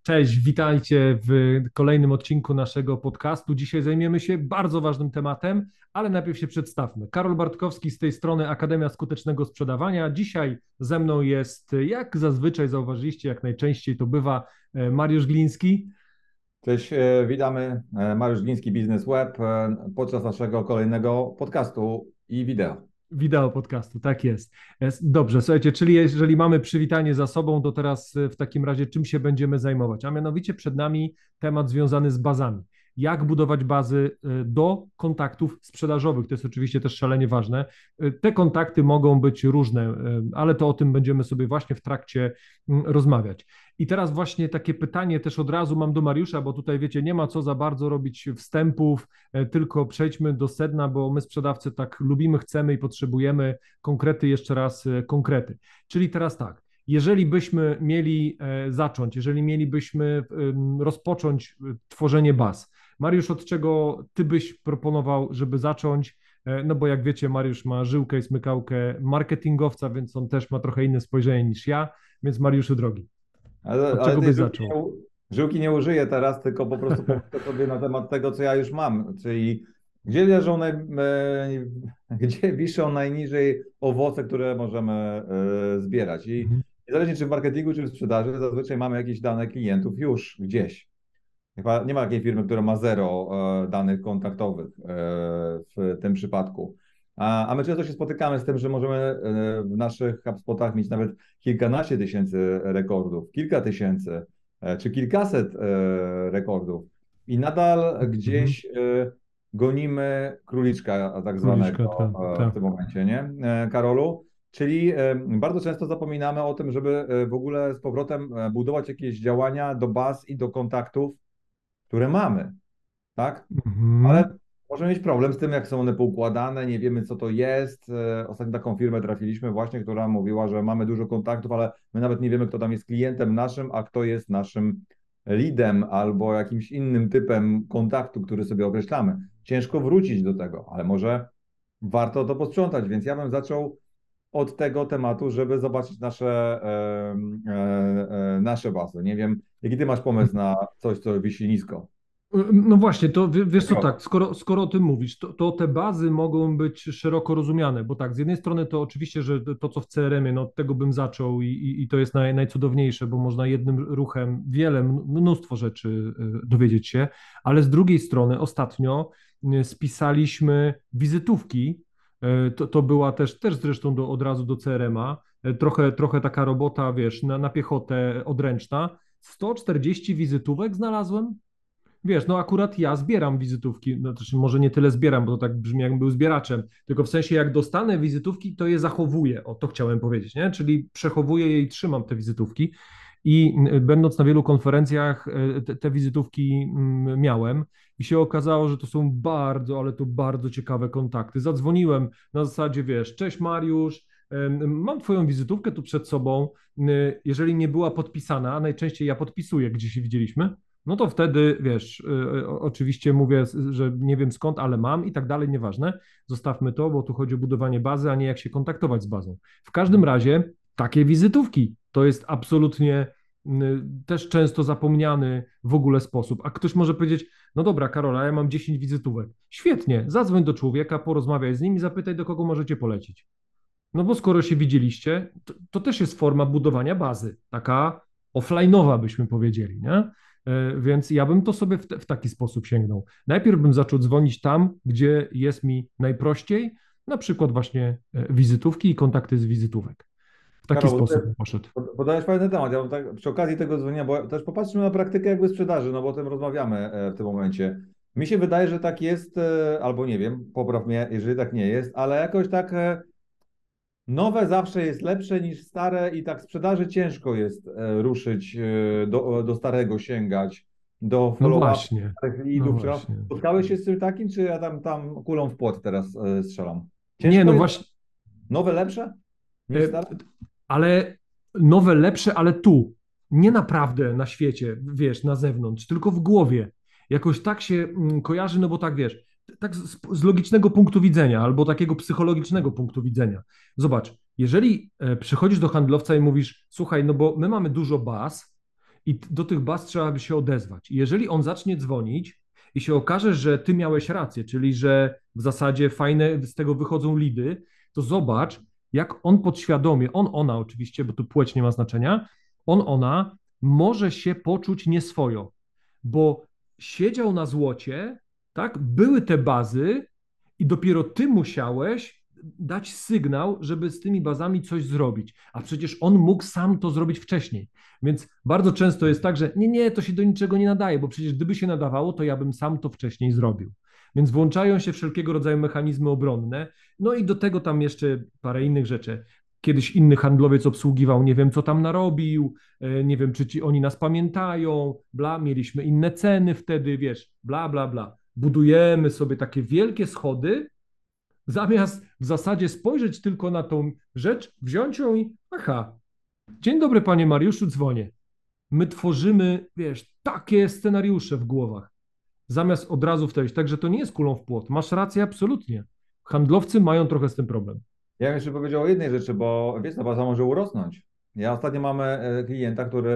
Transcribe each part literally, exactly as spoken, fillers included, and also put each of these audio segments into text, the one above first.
Cześć, witajcie w kolejnym odcinku naszego podcastu. Dzisiaj zajmiemy się bardzo ważnym tematem, ale najpierw się przedstawmy. Karol Bartkowski z tej strony Akademia Skutecznego Sprzedawania. Dzisiaj ze mną jest, jak zazwyczaj zauważyliście, jak najczęściej to bywa, e, Mariusz Gliński. Cześć, e, witamy. E, Mariusz Gliński, Biznes Web, e, podczas naszego kolejnego podcastu i wideo. Wideo podcastu, tak jest. Jest- Dobrze, słuchajcie, czyli jeżeli mamy przywitanie za sobą, to teraz e, w takim razie czym się będziemy zajmować? A mianowicie przed nami temat związany z bazami. Jak budować bazy e, do kontaktów sprzedażowych? To jest oczywiście też szalenie ważne. E, Te kontakty mogą być różne, e, ale to o tym będziemy sobie właśnie w trakcie mm, rozmawiać. I teraz właśnie takie pytanie też od razu mam do Mariusza, bo tutaj wiecie, nie ma co za bardzo robić wstępów, e, tylko przejdźmy do sedna, bo my sprzedawcy tak lubimy, chcemy i potrzebujemy konkrety, jeszcze raz e, konkrety. Czyli teraz tak, jeżeli byśmy mieli e, zacząć, jeżeli mielibyśmy em, rozpocząć e, tworzenie baz, Mariusz, od czego ty byś proponował, żeby zacząć? E, No bo jak wiecie, Mariusz ma żyłkę i smykałkę marketingowca, więc on też ma trochę inne spojrzenie niż ja, więc Mariuszu drogi, Ale, od ale czego tej byś żyłki zaczął? nie, u- żyłki nie użyję teraz, tylko po prostu pomyślę sobie na temat tego, co ja już mam, czyli gdzie leżą, naj, e, gdzie wiszą najniżej owoce, które możemy e, zbierać. I Mhm. niezależnie czy w marketingu, czy w sprzedaży, zazwyczaj mamy jakieś dane klientów już gdzieś. Chyba nie ma takiej firmy, która ma zero e, danych kontaktowych e, w tym przypadku. A, a my często się spotykamy z tym, że możemy e, w naszych HubSpotach mieć nawet kilkanaście tysięcy rekordów, kilka tysięcy e, czy kilkaset e, rekordów i nadal Mhm. gdzieś e, gonimy króliczka tak Króliczka, zwanego tak, e, w tak. tym momencie, nie, e, Karolu? Czyli e, bardzo często zapominamy o tym, żeby e, w ogóle z powrotem e, budować jakieś działania do baz i do kontaktów, które mamy, tak? Mhm. Ale możemy mieć problem z tym, jak są one poukładane, nie wiemy, co to jest. E, Ostatnio taką firmę trafiliśmy właśnie, która mówiła, że mamy dużo kontaktów, ale my nawet nie wiemy, kto tam jest klientem naszym, a kto jest naszym leadem albo jakimś innym typem kontaktu, który sobie określamy. Ciężko wrócić do tego, ale może warto to posprzątać, więc ja bym zaczął od tego tematu, żeby zobaczyć nasze, e, e, e, nasze bazy. Nie wiem, jaki ty masz pomysł na coś, co wisi nisko? No właśnie, to wie- wiesz co, Takiego. tak, skoro, skoro o tym mówisz, to, to te bazy mogą być szeroko rozumiane, bo tak, z jednej strony to oczywiście, że to, co w C R M-ie, no od tego bym zaczął i, i, i to jest naj, najcudowniejsze, bo można jednym ruchem wiele, m- mnóstwo rzeczy y, dowiedzieć się, ale z drugiej strony ostatnio y, spisaliśmy wizytówki, y, to, to była też, też zresztą do, od razu do C R M-a, y, trochę, trochę taka robota, wiesz, na, na piechotę odręczna, sto czterdzieści wizytówek znalazłem. Wiesz, no akurat ja zbieram wizytówki, no też może nie tyle zbieram, bo to tak brzmi, jakbym był zbieraczem, tylko w sensie jak dostanę wizytówki, to je zachowuję, o to chciałem powiedzieć, nie? Czyli przechowuję je i trzymam te wizytówki i y, będąc na wielu konferencjach y, te, te wizytówki mm, miałem i się okazało, że to są bardzo, ale to bardzo ciekawe kontakty. Zadzwoniłem na zasadzie, wiesz, cześć Mariusz, em, mam twoją wizytówkę tu przed sobą, y, jeżeli nie była podpisana, a najczęściej ja podpisuję, gdzie się widzieliśmy, no to wtedy, wiesz, y, o- oczywiście mówię, że nie wiem skąd, ale mam i tak dalej, nieważne. Zostawmy to, bo tu chodzi o budowanie bazy, a nie jak się kontaktować z bazą. W każdym razie takie wizytówki to jest absolutnie y, też często zapomniany w ogóle sposób. A ktoś może powiedzieć, no dobra, Karola, ja mam dziesięć wizytówek. Świetnie, zadzwoń do człowieka, porozmawiaj z nim i zapytaj, do kogo możecie polecić. No bo skoro się widzieliście, to, to też jest forma budowania bazy, taka offline'owa byśmy powiedzieli, nie? E, Więc ja bym to sobie w, te, w taki sposób sięgnął. Najpierw bym zaczął dzwonić tam, gdzie jest mi najprościej, na przykład właśnie e, wizytówki i kontakty z wizytówek. W taki Karol, sposób ty bym poszedł. podajesz fajny temat. Ja bym tak przy okazji tego dzwonienia, bo też popatrzmy na praktykę jakby sprzedaży, no bo o tym rozmawiamy e, w tym momencie. Mi się wydaje, że tak jest, e, albo nie wiem, popraw mnie, jeżeli tak nie jest, ale jakoś tak e, nowe zawsze jest lepsze niż stare i tak sprzedaży ciężko jest e, ruszyć e, do, do starego, sięgać, do No follow-up właśnie, starych no leadów. właśnie. Spotkałeś się z czymś takim, czy ja tam, tam kulą w płot teraz e, strzelam? Nie, Ciężko no jest właśnie, nowe lepsze niż e, stare? ale nowe, lepsze, ale tu, nie naprawdę na świecie, wiesz, na zewnątrz, tylko w głowie. Jakoś tak się mm, kojarzy, no bo tak wiesz, tak z, z logicznego punktu widzenia albo takiego psychologicznego punktu widzenia. Zobacz, jeżeli e, przychodzisz do handlowca i mówisz, słuchaj, no bo my mamy dużo baz i do tych baz trzeba by się odezwać. I jeżeli on zacznie dzwonić i się okaże, że ty miałeś rację, czyli że w zasadzie fajne z tego wychodzą lidy, to zobacz, jak on podświadomie, on, ona oczywiście, bo tu płeć nie ma znaczenia, on, ona może się poczuć nieswojo, bo siedział na złocie, tak, były te bazy i dopiero ty musiałeś dać sygnał, żeby z tymi bazami coś zrobić, a przecież on mógł sam to zrobić wcześniej. Więc bardzo często jest tak, że nie, nie, to się do niczego nie nadaje, bo przecież gdyby się nadawało, to ja bym sam to wcześniej zrobił. Więc włączają się wszelkiego rodzaju mechanizmy obronne, no i do tego tam jeszcze parę innych rzeczy. Kiedyś inny handlowiec obsługiwał, nie wiem co tam narobił, nie wiem czy ci oni nas pamiętają, bla, mieliśmy inne ceny wtedy, wiesz, bla, bla, bla. Budujemy sobie takie wielkie schody, zamiast w zasadzie spojrzeć tylko na tą rzecz, wziąć ją i aha, dzień dobry panie Mariuszu, dzwonię. My tworzymy, wiesz, takie scenariusze w głowach, zamiast od razu wtedy. Także to nie jest kulą w płot. Masz rację, absolutnie. Handlowcy mają trochę z tym problem. Ja bym jeszcze powiedział o jednej rzeczy, bo wiesz, ta baza może urosnąć. Ja ostatnio mamy e, klienta, który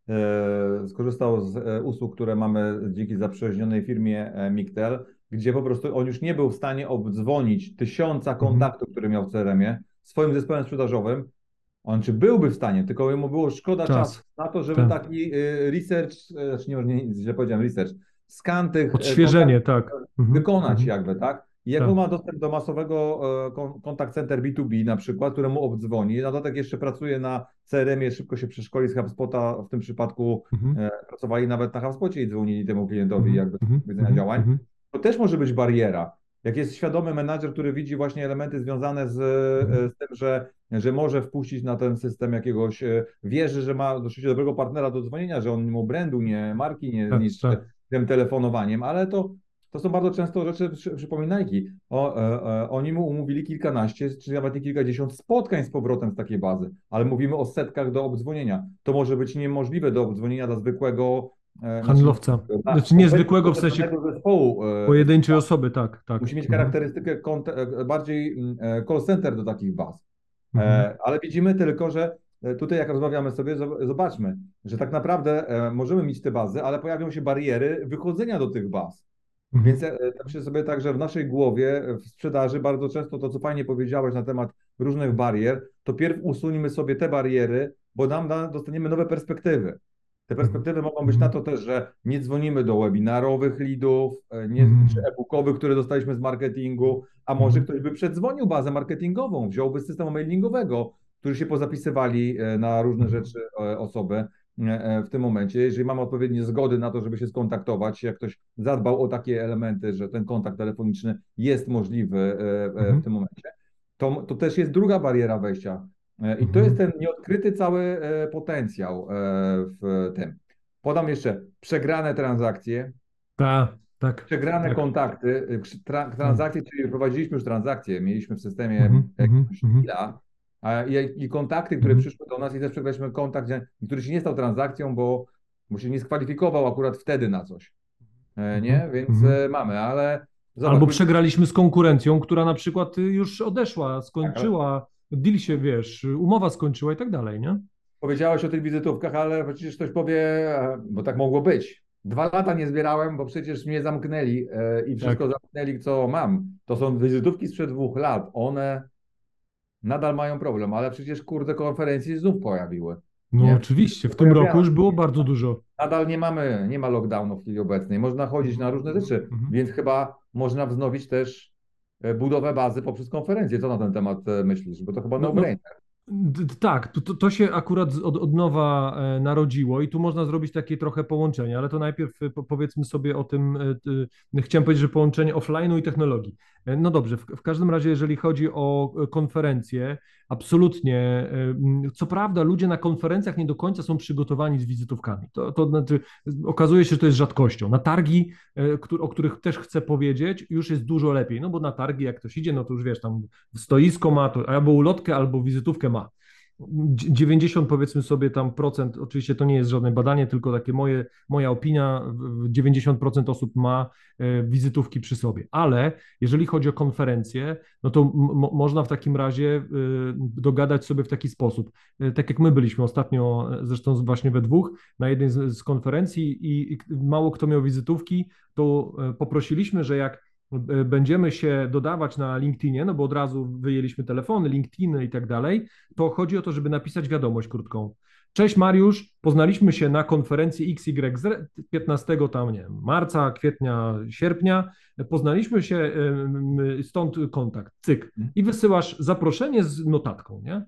e, skorzystał z e, usług, które mamy dzięki zaprzyjaźnionej firmie e, Mictel, gdzie po prostu on już nie był w stanie obdzwonić tysiąca kontaktów, które miał w C R M-ie, swoim zespołem sprzedażowym. On czy byłby w stanie, tylko mu było szkoda Czas. czasu na to, żeby Tak. taki e, research, e, znaczy nie, nie, źle powiedziałem research, skan tych e, Odświeżenie, tak. Mhm, wykonać mhm. jakby, tak? I jak Tak. on ma dostęp do masowego e, kon- contact center B dwa B na przykład, któremu obdzwoni, na dodatek jeszcze pracuje na C R M-ie, szybko się przeszkoli z HubSpota, w tym przypadku Mhm, e, pracowali nawet na HubSpocie i dzwonili temu klientowi mhm, jakby mhm, z widzenia mhm, działań, mhm, to też może być bariera. Jak jest świadomy menadżer, który widzi właśnie elementy związane z, mhm. e, z tym, że, że może wpuścić na ten system jakiegoś, e, wierzy, że ma dosyć dobrego partnera do dzwonienia, że on mu brandu, nie marki nie Tak, niszczy tak. tym telefonowaniem, ale to to są bardzo często rzeczy, przy, przypominajki. O, e, e, oni mu umówili kilkanaście, czy nawet nie kilkadziesiąt spotkań z powrotem z takiej bazy, ale mówimy o setkach do obdzwonienia. To może być niemożliwe do obdzwonienia dla zwykłego e, Handlowca. Znaczy, dla Znaczy niezwykłego w sensie kompletnego zespołu. E, pojedynczej osoby, tak, tak. musi mieć Mhm, charakterystykę kont- e, bardziej mm, e, call center do takich baz. mhm, E, ale widzimy tylko, że e, tutaj jak rozmawiamy sobie, zob- zobaczmy, że tak naprawdę e, możemy mieć te bazy, ale pojawią się bariery wychodzenia do tych baz. mhm, Więc ja e, myślę sobie tak, że w naszej głowie, w sprzedaży bardzo często to, co fajnie powiedziałeś na temat różnych barier, to pierw usuńmy sobie te bariery, bo nam da, dostaniemy nowe perspektywy. Te mhm, perspektywy mogą być na mhm, to też, że nie dzwonimy do webinarowych leadów, e, nie, mhm, czy e-bookowych, które dostaliśmy z marketingu, a może mhm, ktoś by przedzwonił bazę marketingową, wziąłby z systemu mailingowego, którzy się pozapisywali e, na różne mhm, rzeczy e, osoby e, e, w tym momencie. Jeżeli mamy odpowiednie zgody na to, żeby się skontaktować, jak ktoś zadbał o takie elementy, że ten kontakt telefoniczny jest możliwy e, e, w mhm, tym momencie, to, to też jest druga bariera wejścia. E, I to jest mhm. ten nieodkryty cały e, potencjał e, w tym. Podam jeszcze przegrane transakcje, Tak, tak, przegrane tak. kontakty, y, tra- Tak. transakcje, czyli prowadziliśmy już transakcje, mieliśmy w systemie Mhm, mhm, jakiegoś mhm. deala, a i, i kontakty, które Mhm, przyszły do nas i też przegraliśmy kontakt, gdzie- który się nie stał transakcją, bo, bo się nie skwalifikował akurat wtedy na coś. E, mhm, Nie? Więc mhm. e, mamy, ale zobacz, Albo później, przegraliśmy z konkurencją, która na przykład y, już odeszła, tak, ale skończyła, deal się, wiesz, umowa skończyła i tak dalej, nie? powiedziałeś o tych wizytówkach, ale przecież ktoś powie, e, bo tak mogło być. Dwa lata nie zbierałem, bo przecież mnie zamknęli e, i Tak. wszystko zamknęli, co mam. To są wizytówki sprzed dwóch lat. One nadal mają problem, ale przecież kurde konferencje znów pojawiły. No Nie? oczywiście, w tym roku Pojawiają. już było bardzo dużo. Nadal nie mamy, nie ma lockdownu w chwili obecnej. Można chodzić na Mhm, różne mhm, rzeczy, mhm. więc chyba można wznowić też e, budowę bazy poprzez konferencję. Co na ten temat e, myślisz? Bo to chyba No, no, no-brainer. D- d- Tak, to, to to się akurat z- od, od nowa e, narodziło i tu można zrobić takie trochę połączenie, ale to najpierw e, po- powiedzmy sobie o tym, e, t- chciałem powiedzieć, że połączenie offline'u i technologii. E, No dobrze, w, w każdym razie, jeżeli chodzi o e, konferencje, absolutnie, e, m, co prawda ludzie na konferencjach nie do końca są przygotowani z wizytówkami. To, to znaczy, okazuje się, że to jest rzadkością. Na targi, e, któr- o których też chcę powiedzieć, już jest dużo lepiej, no bo na targi jak ktoś idzie, no to już wiesz, tam stoisko ma, to albo ulotkę, albo wizytówkę ma. dziewięćdziesiąt powiedzmy sobie tam procent, oczywiście to nie jest żadne badanie, tylko takie moje, moja opinia, dziewięćdziesiąt procent osób ma e, wizytówki przy sobie, ale jeżeli chodzi o konferencje, no to można w takim razie e, dogadać sobie w taki sposób, e, tak jak my byliśmy ostatnio, e, zresztą właśnie we dwóch, na jednej z, z konferencji i, i mało kto miał wizytówki, to e, poprosiliśmy, że jak będziemy się dodawać na LinkedInie, no bo od razu wyjęliśmy telefony, LinkedIny i tak dalej, to chodzi o to, żeby napisać wiadomość krótką. Cześć Mariusz, poznaliśmy się na konferencji X Y Z piętnastego tam, nie wiem, marca, kwietnia, sierpnia, poznaliśmy się, stąd kontakt, cyk. I wysyłasz zaproszenie z notatką, nie?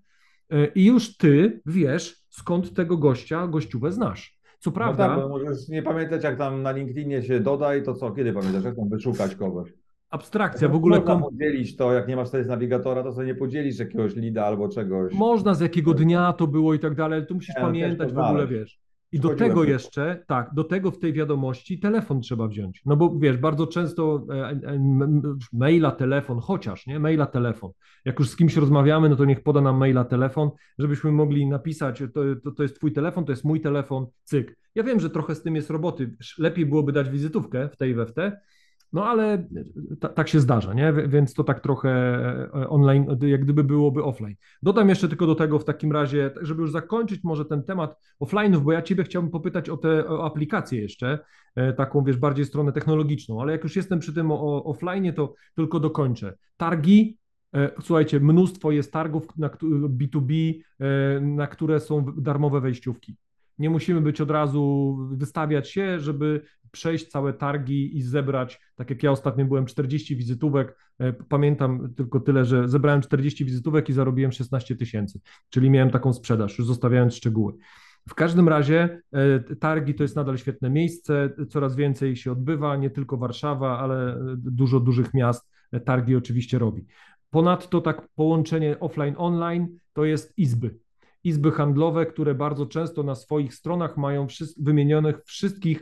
I już ty wiesz, skąd tego gościa, gościówę znasz. Co No tak, prawda, bo możesz nie pamiętać, jak tam na LinkedInie się doda i to co, kiedy pamiętasz, jak tam wyszukać kogoś. abstrakcja, w No, ogóle można kom podzielić to, jak nie masz wtedy z nawigatora, to sobie nie podzielisz jakiegoś lida albo czegoś. można z jakiego dnia to było i tak dalej, ale tu musisz Nie, no, ciężko pamiętać w ogóle, znaleźć. wiesz. I do Przychodziłem tego po jeszcze, tak, do tego w tej wiadomości telefon trzeba wziąć. No bo wiesz, bardzo często e, e, m- maila, telefon, chociaż, nie, maila, telefon. Jak już z kimś rozmawiamy, no to niech poda nam maila, telefon, żebyśmy mogli napisać, to, to, to jest twój telefon, to jest mój telefon, cyk. Ja wiem, że trochę z tym jest roboty. Lepiej byłoby dać wizytówkę w tej i we w te, no ale ta, tak się zdarza, nie? Więc to tak trochę e, online, jak gdyby byłoby offline. Dodam jeszcze tylko do tego w takim razie, tak żeby już zakończyć może ten temat offline'ów, bo ja Ciebie chciałbym popytać o tę o aplikację jeszcze, e, taką wiesz, bardziej stronę technologiczną, ale jak już jestem przy tym o, o offline, to tylko dokończę. Targi, e, słuchajcie, mnóstwo jest targów na B dwa B, e, na które są darmowe wejściówki. Nie musimy być od razu, wystawiać się, żeby przejść całe targi i zebrać, tak jak ja ostatnio byłem, czterdzieści wizytówek. E, Pamiętam tylko tyle, że zebrałem czterdzieści wizytówek i zarobiłem szesnaście tysięcy, czyli miałem taką sprzedaż, już zostawiając szczegóły. W każdym razie e, targi to jest nadal świetne miejsce, coraz więcej się odbywa, nie tylko Warszawa, ale e, dużo dużych miast e, targi oczywiście robi. Ponadto tak połączenie offline-online to jest izby. Izby handlowe, które bardzo często na swoich stronach mają wszy- wymienionych wszystkich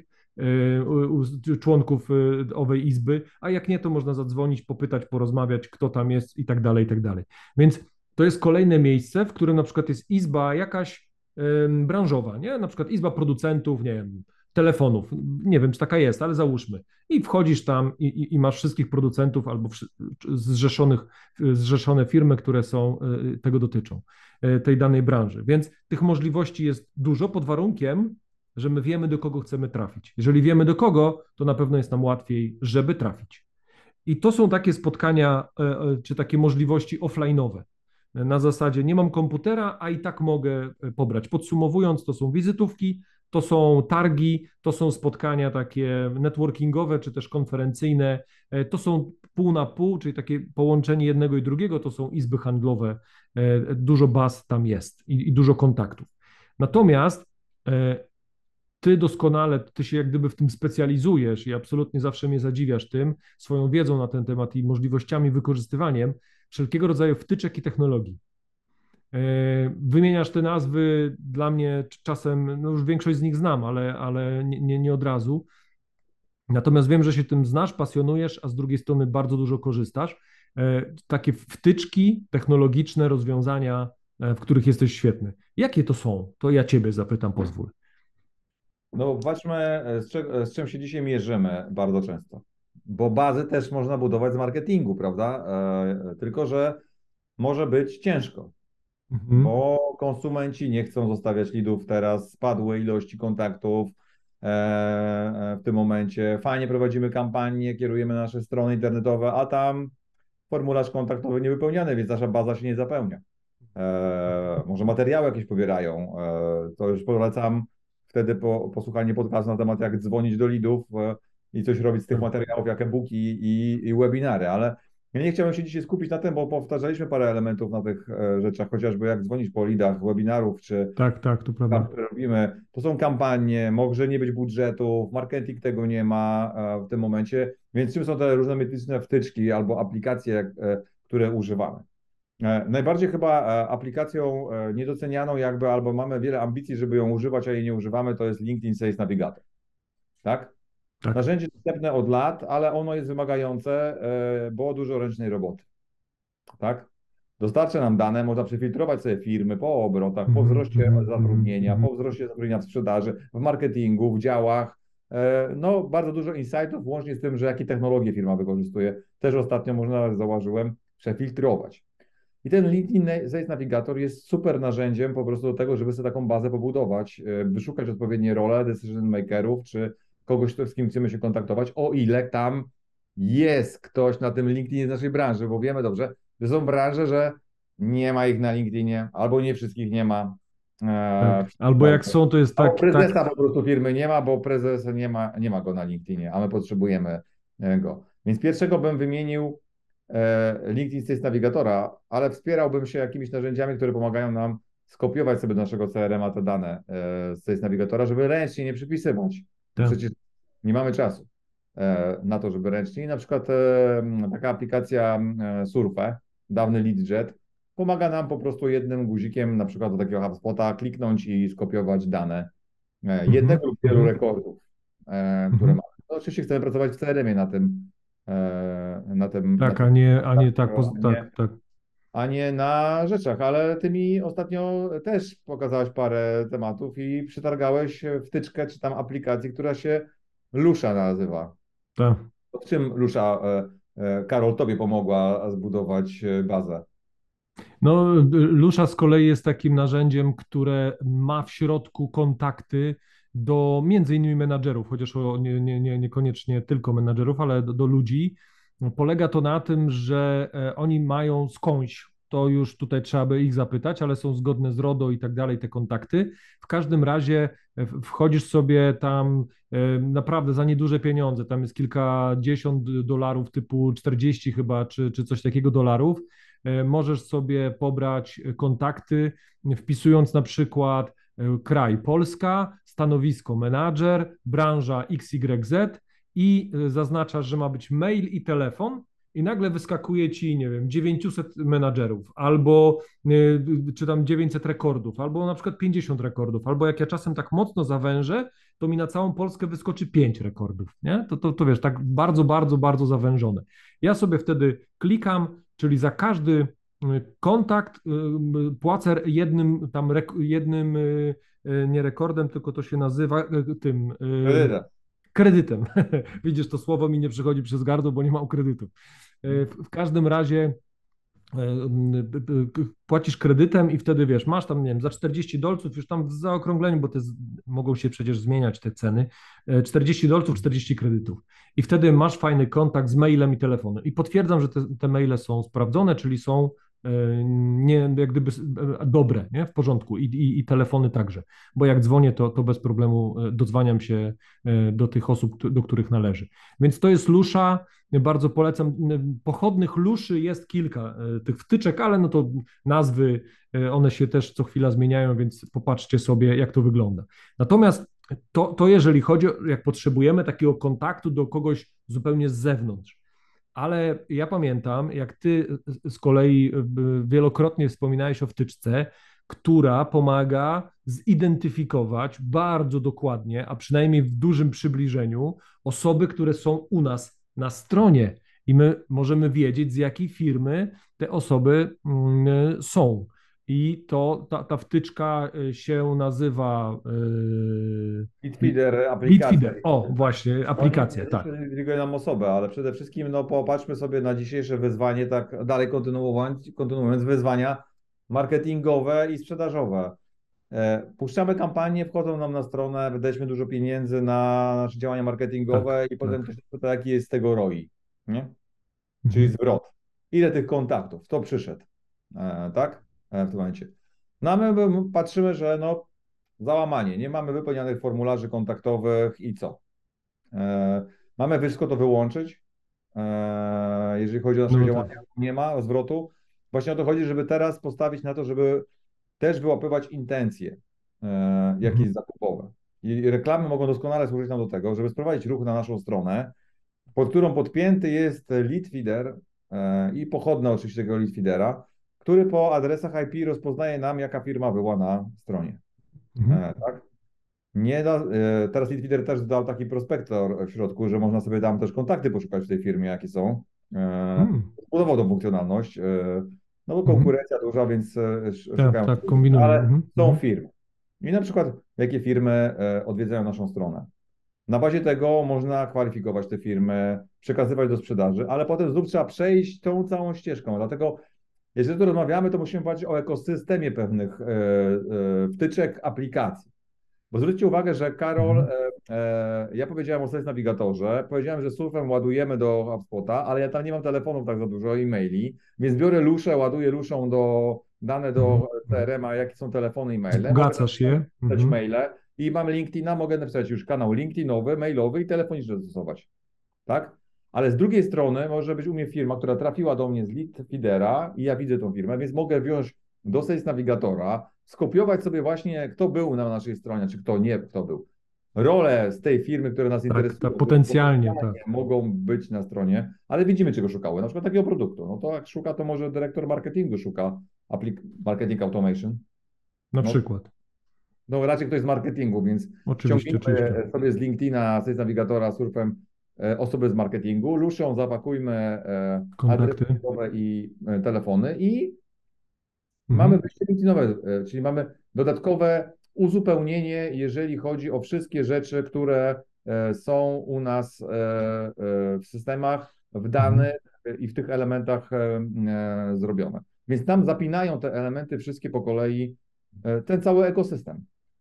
y, członków y, owej izby, a jak nie, to można zadzwonić, popytać, porozmawiać, kto tam jest i tak dalej, i tak dalej. Więc to jest kolejne miejsce, w którym na przykład jest izba jakaś y, branżowa, nie? Na przykład izba producentów, nie wiem, telefonów, nie wiem, czy taka jest, ale załóżmy. I wchodzisz tam i, i, i masz wszystkich producentów albo wszy- zrzeszonych, zrzeszone firmy, które są, y, tego dotyczą, y, tej danej branży. Więc tych możliwości jest dużo pod warunkiem, że my wiemy, do kogo chcemy trafić. Jeżeli wiemy, do kogo, to na pewno jest nam łatwiej, żeby trafić. I to są takie spotkania, e, e, czy takie możliwości offline'owe. Na zasadzie nie mam komputera, a i tak mogę e, pobrać. Podsumowując, to są wizytówki, to są targi, to są spotkania takie networkingowe, czy też konferencyjne, e, to są pół na pół, czyli takie połączenie jednego i drugiego, to są izby handlowe. E, Dużo baz tam jest i, i dużo kontaktów. Natomiast e, ty doskonale, ty się jak gdyby w tym specjalizujesz i absolutnie zawsze mnie zadziwiasz tym, swoją wiedzą na ten temat i możliwościami, wykorzystywaniem wszelkiego rodzaju wtyczek i technologii. E, Wymieniasz te nazwy, dla mnie czasem, no już większość z nich znam, ale, ale nie, nie, nie od razu. Natomiast wiem, że się tym znasz, pasjonujesz, a z drugiej strony bardzo dużo korzystasz. E, Takie wtyczki technologiczne, rozwiązania, e, w których jesteś świetny. Jakie to są? To ja ciebie zapytam, pozwól. No, patrzmy, e, z, cze- z czym się dzisiaj mierzymy bardzo często. Bo bazy też można budować z marketingu, prawda? E, tylko, że może być ciężko, Mhm. bo konsumenci nie chcą zostawiać lidów teraz, spadły ilości kontaktów e, e, w tym momencie. Fajnie prowadzimy kampanię, kierujemy nasze strony internetowe, a tam formularz kontaktowy niewypełniany, więc nasza baza się nie zapełnia. E, może materiały jakieś pobierają. E, to już polecam wtedy po, posłuchanie podcastu na temat, jak dzwonić do lidów e, i coś robić z tych materiałów, jak e-booki i, i webinary, ale ja nie chciałem się dzisiaj skupić na tym, bo powtarzaliśmy parę elementów na tych e, rzeczach, chociażby jak dzwonić po lidach, webinarów, czy Tak, tak, to tam, prawda. które robimy. To są kampanie, może nie być budżetów, marketing tego nie ma e, w tym momencie, więc czym są te różne mityczne wtyczki albo aplikacje, e, które używamy? E, Najbardziej chyba e, aplikacją e, niedocenianą jakby, albo mamy wiele ambicji, żeby ją używać, a jej nie używamy, to jest LinkedIn Sales Navigator. Tak? Tak. Narzędzie dostępne od lat, ale ono jest wymagające, e, bo dużo ręcznej roboty. Tak? Dostarcza nam dane, można przefiltrować sobie firmy po obrotach, po Mhm, wzroście mhm, mhm, zatrudnienia, mhm. po wzroście zatrudnienia w sprzedaży, w marketingu, w działach. E, No, bardzo dużo insightów, łącznie z tym, że jakie technologie firma wykorzystuje. Też ostatnio można, zauważyłem, przefiltrować. I ten LinkedIn Sales Navigator jest super narzędziem po prostu do tego, żeby sobie taką bazę pobudować, e, wyszukać odpowiednie role decision makerów, czy kogoś, kto- z kim chcemy się kontaktować, o ile tam jest ktoś na tym LinkedInie z naszej branży, bo wiemy dobrze, że są branże, że nie ma ich na LinkedInie, albo nie wszystkich nie ma. Tak. E, Albo jak są, to jest albo tak, tak, prezesa po prostu firmy nie ma, bo prezes nie ma, nie ma go na LinkedInie, a my potrzebujemy e, go. Więc pierwszego bym wymienił e, LinkedIn Sales Navigatora, ale wspierałbym się jakimiś narzędziami, które pomagają nam skopiować sobie do naszego C R M a te dane e, z Sales Navigatora, żeby ręcznie nie przypisywać, bo tak. przecież nie mamy czasu e, na to, żeby ręcznie. I na przykład e, taka aplikacja e, Surfe, dawny LeadJet, pomaga nam po prostu jednym guzikiem, na przykład do takiego HubSpota, kliknąć i skopiować dane e, Mhm, jednego lub wielu mhm, rekordów, e, które mhm. mamy. No, oczywiście chcemy pracować w C R M ie na tym, e, na tym, na Tak, tym, a nie, a nie tak, a poz- nie, tak, tak. a nie na rzeczach, ale ty mi ostatnio też pokazałeś parę tematów i przytargałeś wtyczkę czy tam aplikację, która się Lusha nazywa. Tak. W czym Lusha, e, e, Karol, tobie pomogła zbudować e, bazę? No, Lusha z kolei jest takim narzędziem, które ma w środku kontakty do między innymi menadżerów, chociaż o, nie, nie, nie, niekoniecznie tylko menadżerów, ale do, do ludzi. Polega to na tym, że e, oni mają skądś, to już tutaj trzeba by ich zapytać, ale są zgodne z RODO i tak dalej te kontakty. W każdym razie e, w- wchodzisz sobie tam e, naprawdę za nieduże pieniądze, tam jest kilkadziesiąt dolarów, typu czterdzieści chyba, czy, czy coś takiego dolarów. E, możesz sobie pobrać kontakty, wpisując na przykład e, kraj Polska, stanowisko menadżer, branża X Y Z i e, zaznaczasz, że ma być mail i telefon. I nagle wyskakuje ci, nie wiem, dziewięćset menadżerów, albo y, czy tam dziewięćset rekordów, albo na przykład pięćdziesiąt rekordów, albo jak ja czasem tak mocno zawężę, to mi na całą Polskę wyskoczy pięć rekordów, nie? To, to, to wiesz, tak bardzo, bardzo, bardzo zawężone. Ja sobie wtedy klikam, czyli za każdy y, kontakt y, y, płacę jednym tam jednym y, y, nie rekordem, tylko to się nazywa y, tym y, Kredyta. kredytem. Widzisz, to słowo mi nie przychodzi przez gardło, bo nie mam kredytu. Y, W, w każdym razie płacisz kredytem i wtedy wiesz, masz tam, nie wiem, za czterdzieści dolców, już tam w zaokrągleniu, bo te z, mogą się przecież zmieniać te ceny, e, czterdzieści dolców, czterdzieści kredytów. I wtedy masz fajny kontakt z mailem i telefonem. I potwierdzam, że te, te maile są sprawdzone, czyli są e, nie, jak gdyby e, dobre, nie? W porządku. I, i, i telefony także. Bo jak dzwonię, to, to bez problemu e, dodzwaniam się e, do tych osób, do których należy. Więc to jest Lusha. Bardzo polecam. Pochodnych luszy jest kilka e, tych wtyczek, ale no to nazwy, e, one się też co chwila zmieniają, więc popatrzcie sobie, jak to wygląda. Natomiast to, to jeżeli chodzi, o- jak potrzebujemy takiego kontaktu do kogoś zupełnie z zewnątrz. Ale ja pamiętam, jak ty z kolei e, wielokrotnie wspominałeś o wtyczce, która pomaga zidentyfikować bardzo dokładnie, a przynajmniej w dużym przybliżeniu, osoby, które są u nas na stronie. I my możemy wiedzieć, z jakiej firmy te osoby mm, są. I to ta, ta wtyczka y, się nazywa yy, Bitfeeder, aplikacja. Bitfeeder. O, właśnie, Oni aplikacja, tak. zidentyfikują nam osobę, ale przede wszystkim no, popatrzmy sobie na dzisiejsze wyzwanie, tak dalej kontynuując, kontynuując wyzwania marketingowe i sprzedażowe. E, Puszczamy kampanię, wchodzą nam na stronę, wydaliśmy dużo pieniędzy na nasze działania Tak, marketingowe i potem tak. ktoś nas pyta, jaki jest z tego R O I, nie? Czyli Mhm. zwrot. Ile tych kontaktów? Kto przyszedł? E, tak? E, w tym momencie. No a my my patrzymy, że no załamanie, nie mamy wypełnionych formularzy kontaktowych i co? E, Mamy wszystko to wyłączyć. E, Jeżeli chodzi o nasze No tak. działania, nie ma zwrotu. Właśnie o to chodzi, żeby teraz postawić na to, żeby też wyłapywać intencje e, Mhm. jakieś zakupowe. I reklamy mogą doskonale służyć nam do tego, żeby sprowadzić ruch na naszą stronę, pod którą podpięty jest lead feeder e, i pochodna oczywiście tego lead feedera, który po adresach I P rozpoznaje nam, jaka firma była na stronie. Mhm. E, tak? Nie da, e, teraz Leadfeeder też dodał taki prospektor w środku, że można sobie tam też kontakty poszukać w tej firmie, jakie są. E, Mm. Zbudował tą funkcjonalność. E, no bo Mhm. konkurencja duża, więc e, sz- Tak, szukają, tak, kombinują. ale Mhm. są Mhm. firmy. I na przykład jakie firmy e, odwiedzają naszą stronę. Na bazie tego można kwalifikować te firmy, przekazywać do sprzedaży, ale potem znów trzeba przejść tą całą ścieżką. Dlatego, jeżeli tu rozmawiamy, to musimy powiedzieć o ekosystemie pewnych e, e, wtyczek, aplikacji. Bo zwróćcie uwagę, że Karol, Mhm. e, e, ja powiedziałem o Sales Navigatorze, powiedziałem, że surfem ładujemy do HubSpota, ale ja tam nie mam telefonów tak za dużo, e-maili, więc biorę luszę, ładuję luszą do, dane Mhm. do Mhm. C R M-a, jakie są telefony i maile. Mogę Wzbogacasz je. napisać Mhm. maile i mam LinkedIna, mogę napisać już kanał LinkedInowy, mailowy i telefoniczny zastosować, tak? Ale z drugiej strony może być u mnie firma, która trafiła do mnie z lead feedera i ja widzę tą firmę, więc mogę wziąć do Sales Navigatora, skopiować sobie właśnie, kto był na naszej stronie, czy kto nie, kto był. Role z tej firmy, które nas Tak, interesują, tak, które potencjalnie, potencjalnie tak. mogą być na stronie, ale widzimy, czego szukały. Na przykład takiego produktu. No to jak szuka, to może dyrektor marketingu szuka aplik- marketing automation. Na No, przykład. no raczej ktoś z marketingu, więc Oczywiście, oczywiście. ściągnijmy sobie z LinkedIna, z Navigatora, surfem e, osoby z marketingu, luszą, zapakujmy e, adresy Kontakty. mailowe i e, telefony i mamy Mhm. wyjście LinkedInowe, e, czyli mamy dodatkowe uzupełnienie, jeżeli chodzi o wszystkie rzeczy, które e, są u nas e, e, w systemach, w Mhm. danych e, i w tych elementach e, e, zrobione. Więc tam zapinają te elementy wszystkie po kolei, e, ten cały ekosystem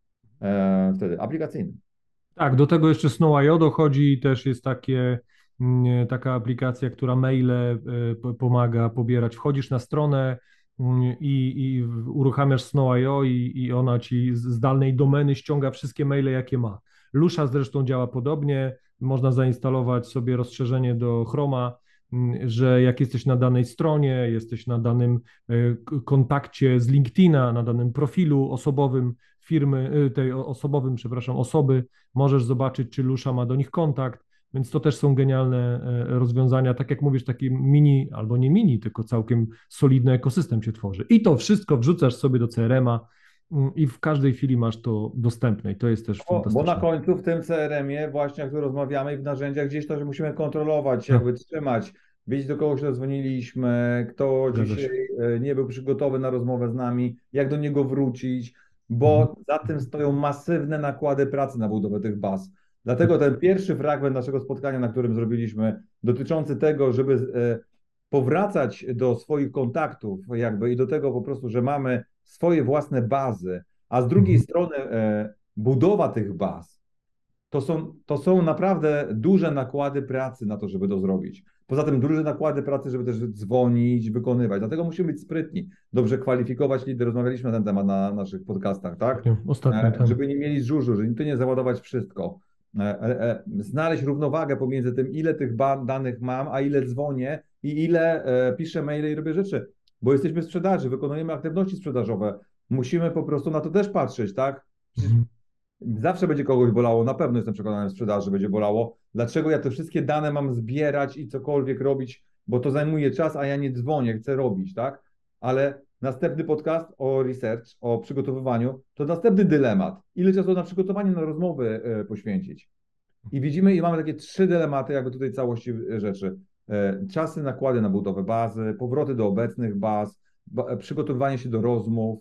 e, wtedy aplikacyjny. Tak, do tego jeszcze Snow kropka i o dochodzi, też jest takie, mm, taka aplikacja, która maile e, po- pomaga pobierać. Wchodzisz na stronę mm, i, i uruchamiasz Snow kropka i o i, i ona ci z z dalnej domeny ściąga wszystkie maile, jakie ma. Lusha zresztą działa podobnie, można zainstalować sobie rozszerzenie do Chroma, mm, że jak jesteś na danej stronie, jesteś na danym e, k- kontakcie z LinkedIna, na danym profilu osobowym firmy, e, tej o- osobowym, przepraszam, osoby, możesz zobaczyć, czy Lusha ma do nich kontakt, więc to też są genialne e, rozwiązania. Tak jak mówisz, taki mini, albo nie mini, tylko całkiem solidny ekosystem się tworzy. I to wszystko wrzucasz sobie do C R M-a mm, i w każdej chwili masz to dostępne i to jest też Bo, bo na fantastyczne. końcu w tym C R M-ie, właśnie jak tu rozmawiamy i w narzędziach, gdzieś to, że musimy kontrolować, No, jakby trzymać, wiedzieć do kogo się dzwoniliśmy, kto zgadza dzisiaj się. e, nie był przygotowy na rozmowę z nami, jak do niego wrócić, Mhm. bo za tym stoją masywne nakłady pracy na budowę tych baz. Dlatego ten pierwszy fragment naszego spotkania, na którym zrobiliśmy, dotyczący tego, żeby e, powracać do swoich kontaktów, jakby i do tego po prostu, że mamy swoje własne bazy, a z drugiej Mhm. strony e, budowa tych baz, to są, to są naprawdę duże nakłady pracy na to, żeby to zrobić. Poza tym duże nakłady pracy, żeby też dzwonić, wykonywać. Dlatego musimy być sprytni, dobrze kwalifikować lidy. Rozmawialiśmy na ten temat na naszych podcastach, tak? Ostatnio, ostatnio E, tam. Żeby nie mieli żużu, żeby tu nie załadować wszystko. E, e, e, Znaleźć równowagę pomiędzy tym, ile tych ba- danych mam, a ile dzwonię i ile e, piszę maile i robię rzeczy. Bo jesteśmy w sprzedaży, wykonujemy aktywności sprzedażowe. Musimy po prostu na to też patrzeć, tak? Przecież Mhm. zawsze będzie kogoś bolało, na pewno jestem przekonany, w sprzedaży będzie bolało. Dlaczego ja te wszystkie dane mam zbierać i cokolwiek robić, bo to zajmuje czas, a ja nie dzwonię, chcę robić, tak? Ale następny podcast o research, o przygotowywaniu, to następny dylemat. Ile czasu na przygotowanie, na rozmowy e, poświęcić? I widzimy, i mamy takie trzy dylematy, jakby tutaj całości e, rzeczy. E, Czasy, nakłady na budowę bazy, powroty do obecnych baz, ba- e, przygotowywanie się do rozmów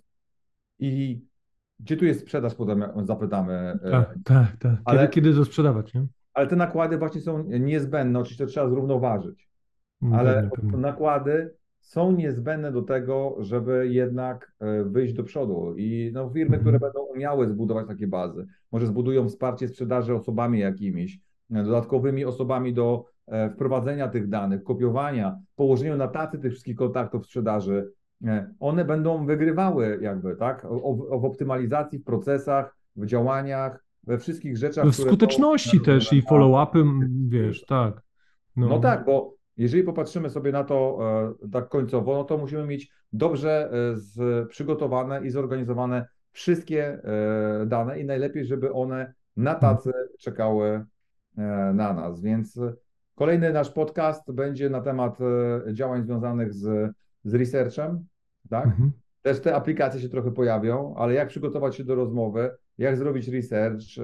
i gdzie tu jest sprzedaż, potem zapytamy. e, Tak, tak, tak. Kiedy, Ale, kiedy to sprzedawać, nie? ale te nakłady właśnie są niezbędne, oczywiście to trzeba zrównoważyć, Mm, ale Pewnie, pewnie. nakłady są niezbędne do tego, żeby jednak e, wyjść do przodu. I no, firmy, które Mhm. będą umiały zbudować takie bazy, może zbudują wsparcie sprzedaży osobami jakimiś, e, dodatkowymi osobami do e, wprowadzenia tych danych, kopiowania, położenia na tacy tych wszystkich kontaktów sprzedaży. E, One będą wygrywały jakby, tak? O, o, w optymalizacji, w procesach, w działaniach, we wszystkich rzeczach, W które są skuteczności też robione i na follow-upy, m, wiesz, tak. no No. tak, bo jeżeli popatrzymy sobie na to e, tak końcowo, no to musimy mieć dobrze e, z, przygotowane i zorganizowane wszystkie e, dane i najlepiej, żeby one na Mhm. tacy czekały e, na nas. Więc kolejny nasz podcast będzie na temat e, działań związanych z, z researchem, tak? Mhm. Też te aplikacje się trochę pojawią, ale jak przygotować się do rozmowy, jak zrobić research e,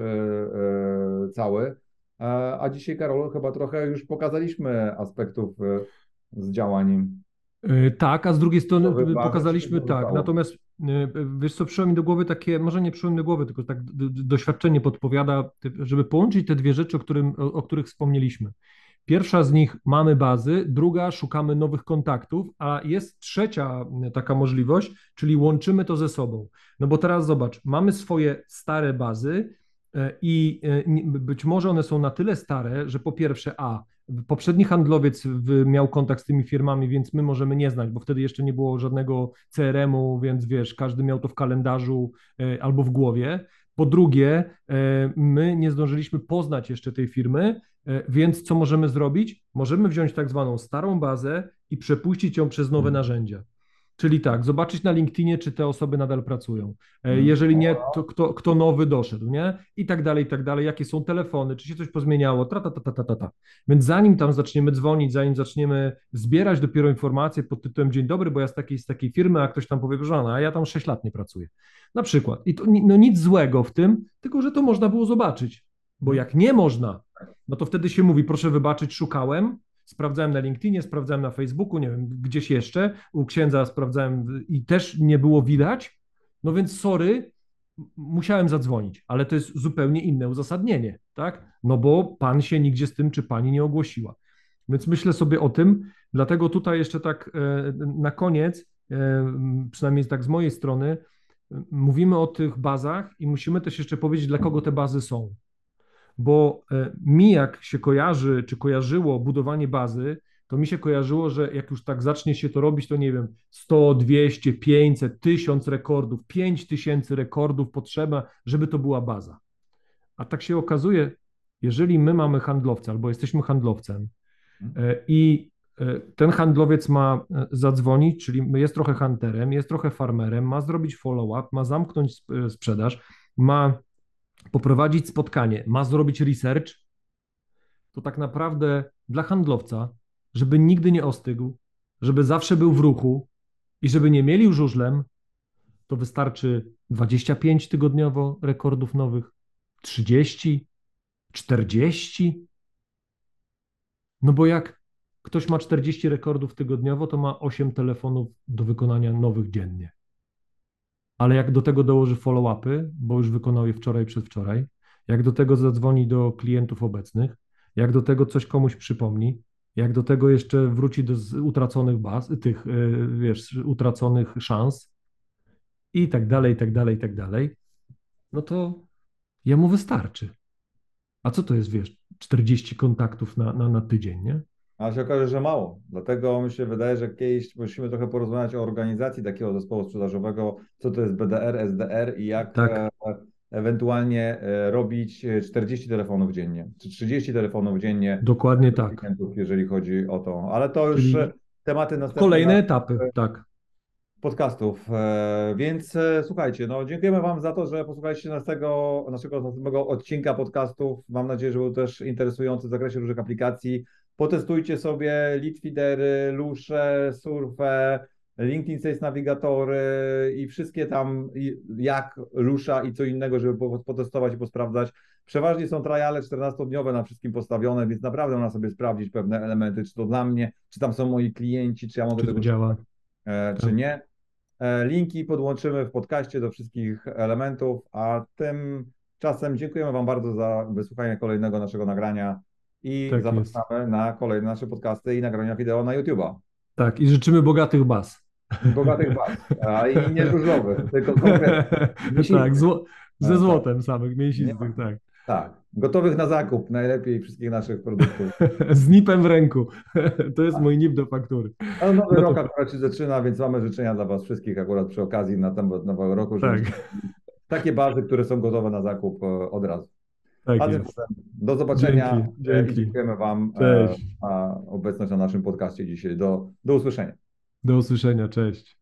e, cały. A a dzisiaj, Karolu, chyba trochę już pokazaliśmy aspektów e, z działań. Yy, Tak, a z drugiej strony Nowe y, bazy, czy coś pokazaliśmy wam tak. zostało? Natomiast y, wiesz co, przyszło mi do głowy takie, może nie przyszło mi do głowy, tylko tak d- d- doświadczenie podpowiada, ty- żeby połączyć te dwie rzeczy, o, którym, o, o których wspomnieliśmy. Pierwsza z nich mamy bazy, druga szukamy nowych kontaktów, a jest trzecia y, taka możliwość, czyli łączymy to ze sobą. No bo teraz zobacz, mamy swoje stare bazy y, i y, ni- być może one są na tyle stare, że po pierwsze, a poprzedni handlowiec w, miał kontakt z tymi firmami, więc my możemy nie znać, bo wtedy jeszcze nie było żadnego C R M-u, więc wiesz, każdy miał to w kalendarzu e, albo w głowie. Po drugie, e, my nie zdążyliśmy poznać jeszcze tej firmy, e, więc co możemy zrobić? Możemy wziąć tak zwaną starą bazę i przepuścić ją przez nowe Hmm. narzędzia. Czyli tak, zobaczyć na LinkedInie, czy te osoby nadal pracują. E, Hmm. Jeżeli nie, to kto, kto nowy doszedł, nie? I tak dalej, i tak dalej. Jakie są telefony, czy się coś pozmieniało, tra, ta, ta, ta, ta, ta, ta. Więc zanim tam zaczniemy dzwonić, zanim zaczniemy zbierać dopiero informacje pod tytułem dzień dobry, bo ja z takiej, z takiej firmy, a ktoś tam powie, że a ja tam sześć lat nie pracuję. Na przykład. I to ni- no nic złego w tym, tylko że to można było zobaczyć. Bo Hmm. jak nie można, no to wtedy się mówi, proszę wybaczyć, szukałem, sprawdzałem na LinkedInie, sprawdzałem na Facebooku, nie wiem, gdzieś jeszcze, u księdza sprawdzałem i też nie było widać, no więc sorry, musiałem zadzwonić, ale to jest zupełnie inne uzasadnienie, tak? No bo pan się nigdzie z tym, czy pani nie ogłosiła. Więc myślę sobie o tym, dlatego tutaj jeszcze tak e, na koniec, e, przynajmniej tak z mojej strony, e, mówimy o tych bazach i musimy też jeszcze powiedzieć, dla kogo te bazy są. Bo e, mi jak się kojarzy, czy kojarzyło budowanie bazy, to mi się kojarzyło, że jak już tak zacznie się to robić, to nie wiem, sto, dwieście, pięćset, tysiąc rekordów, pięć tysięcy rekordów potrzeba, żeby to była baza. A tak się okazuje, jeżeli my mamy handlowca albo jesteśmy handlowcem e, i e, ten handlowiec ma e, zadzwonić, czyli jest trochę hunterem, jest trochę farmerem, ma zrobić follow-up, ma zamknąć sp- sprzedaż, ma poprowadzić spotkanie, ma zrobić research, to tak naprawdę dla handlowca, żeby nigdy nie ostygł, żeby zawsze był w ruchu i żeby nie mieli żużlem, to wystarczy dwadzieścia pięć tygodniowo rekordów nowych, trzydzieści, czterdzieści. No bo jak ktoś ma czterdzieści rekordów tygodniowo, to ma osiem telefonów do wykonania nowych dziennie. Ale jak do tego dołoży follow-upy, bo już wykonał je wczoraj, przedwczoraj, jak do tego zadzwoni do klientów obecnych, jak do tego coś komuś przypomni, jak do tego jeszcze wróci do z- utraconych baz, tych, y, wiesz, utraconych szans i tak dalej, i tak dalej, i tak dalej, no to jemu wystarczy. A co to jest, wiesz, czterdzieści kontaktów na, na, na tydzień, nie? A się okaże, że mało. Dlatego mi się wydaje, że kiedyś musimy trochę porozmawiać o organizacji takiego zespołu sprzedażowego, co to jest B D R, S D R i jak Tak, e, ewentualnie e, robić e, czterdzieści telefonów dziennie, czy trzydzieści telefonów dziennie dokładnie do tak. klientów, jeżeli chodzi o to. Ale to już e, Czyli tematy następnych kolejne naszych etapy, tak. podcastów. E, Więc e, słuchajcie, no dziękujemy Wam za to, że posłuchaliście naszego, naszego następnego odcinka podcastów. Mam nadzieję, że był też interesujący w zakresie różnych aplikacji. Potestujcie sobie Leadfeedery, Lusze, Surfę, LinkedIn Sales Navigatory i wszystkie tam i- jak Lusza i co innego, żeby po- potestować i posprawdzać. Przeważnie są triale czternastodniowe na wszystkim postawione, więc naprawdę można sobie sprawdzić pewne elementy, czy to dla mnie, czy tam są moi klienci, czy ja mogę Czy to tego działa? szukać, e, czy Tak, nie. E, Linki podłączymy w podcaście do wszystkich elementów, a tymczasem dziękujemy Wam bardzo za wysłuchanie kolejnego naszego nagrania i tak jest. zapraszamy na kolejne nasze podcasty i nagrania wideo na YouTube'a. Tak, i życzymy bogatych baz. I bogatych Was, a i nie żużlowych, tylko konkretnych, Tak, mięsistych. zło ze E, Tak, złotem samych, nie, mięsistych, tak. tak, gotowych na zakup, najlepiej wszystkich naszych produktów. Z nipem w ręku. To jest mój nip do faktury. Ale nowy No rok to akurat się zaczyna, więc mamy życzenia dla Was wszystkich akurat przy okazji na temat nowego roku, tak, żebyście mieli takie bazy, które są gotowe na zakup e, od razu. tak A jest. tymczasem do zobaczenia Dzięki, e, i dzięki. dziękujemy Wam e, Cześć. za obecność na naszym podcaście dzisiaj. Do, do usłyszenia. Do usłyszenia, cześć.